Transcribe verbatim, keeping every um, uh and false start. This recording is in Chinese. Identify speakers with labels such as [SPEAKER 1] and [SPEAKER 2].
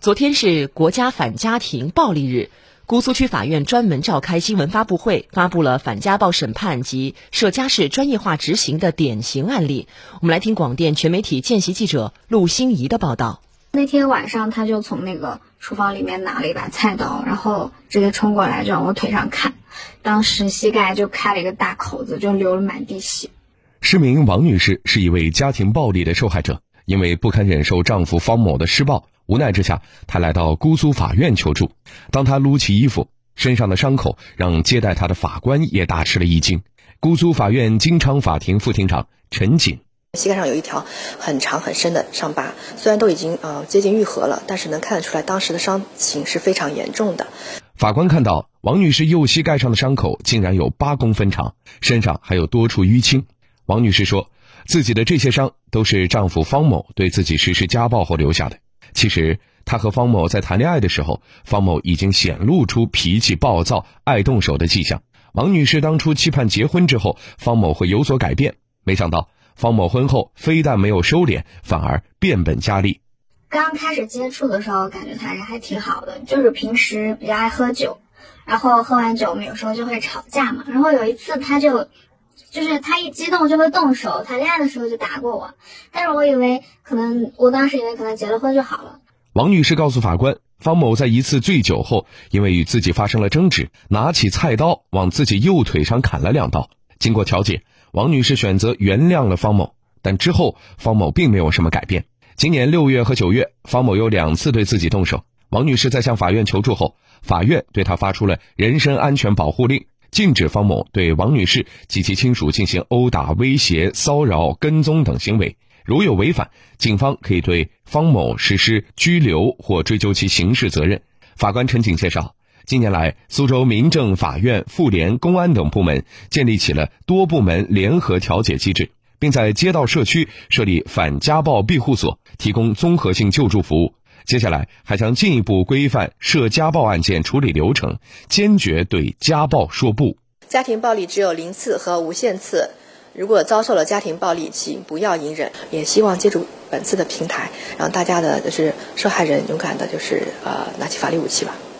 [SPEAKER 1] 昨天是国家反家庭暴力日，姑苏区法院专门召开新闻发布会，发布了反家暴审判及涉家事专业化执行的典型案例。我们来听广电全媒体见习记者陆欣怡的报道。
[SPEAKER 2] 那天晚上，他就从那个厨房里面拿了一把菜刀，然后直接冲过来就往我腿上砍，当时膝盖就开了一个大口子，就流了满地血。
[SPEAKER 3] 市民王女士是一位家庭暴力的受害者，因为不堪忍受丈夫方某的施暴，无奈之下，她来到姑苏法院求助。当她撸起衣服，身上的伤口让接待她的法官也大吃了一惊。姑苏法院金昌法庭副庭长陈锦，
[SPEAKER 4] 膝盖上有一条很长很深的伤疤，虽然都已经呃接近愈合了，但是能看得出来当时的伤情是非常严重的。
[SPEAKER 3] 法官看到王女士右膝盖上的伤口竟然有八公分长，身上还有多处淤青。王女士说，自己的这些伤都是丈夫方某对自己实施家暴后留下的。其实她和方某在谈恋爱的时候，方某已经显露出脾气暴躁、爱动手的迹象。王女士当初期盼结婚之后方某会有所改变，没想到方某婚后非但没有收敛，反而变本加厉。
[SPEAKER 2] 刚开始接触的时候感觉他人还挺好的，就是平时比较爱喝酒，然后喝完酒我们有时候就会吵架嘛，然后有一次他就就是他一激动就会动手，谈恋爱的时候就打过我，但是我以为可能我当时以为可能结了婚就好了。
[SPEAKER 3] 王女士告诉法官，方某在一次醉酒后，因为与自己发生了争执，拿起菜刀往自己右腿上砍了两刀。经过调解，王女士选择原谅了方某，但之后方某并没有什么改变。今年六月和九月，方某有两次对自己动手。王女士在向法院求助后，法院对她发出了人身安全保护令，禁止方某对王女士及其亲属进行殴打、威胁、骚扰、跟踪等行为。如有违反，警方可以对方某实施拘留或追究其刑事责任。法官陈景介绍，近年来，苏州民政法院、妇联、公安等部门建立起了多部门联合调解机制，并在街道社区设立反家暴庇护所，提供综合性救助服务。接下来还将进一步规范涉家暴案件处理流程，坚决对家暴说不。
[SPEAKER 4] 家庭暴力只有零次和无限次，如果遭受了家庭暴力，请不要隐忍。也希望借助本次的平台，让大家的就是受害人勇敢的就是呃拿起法律武器吧。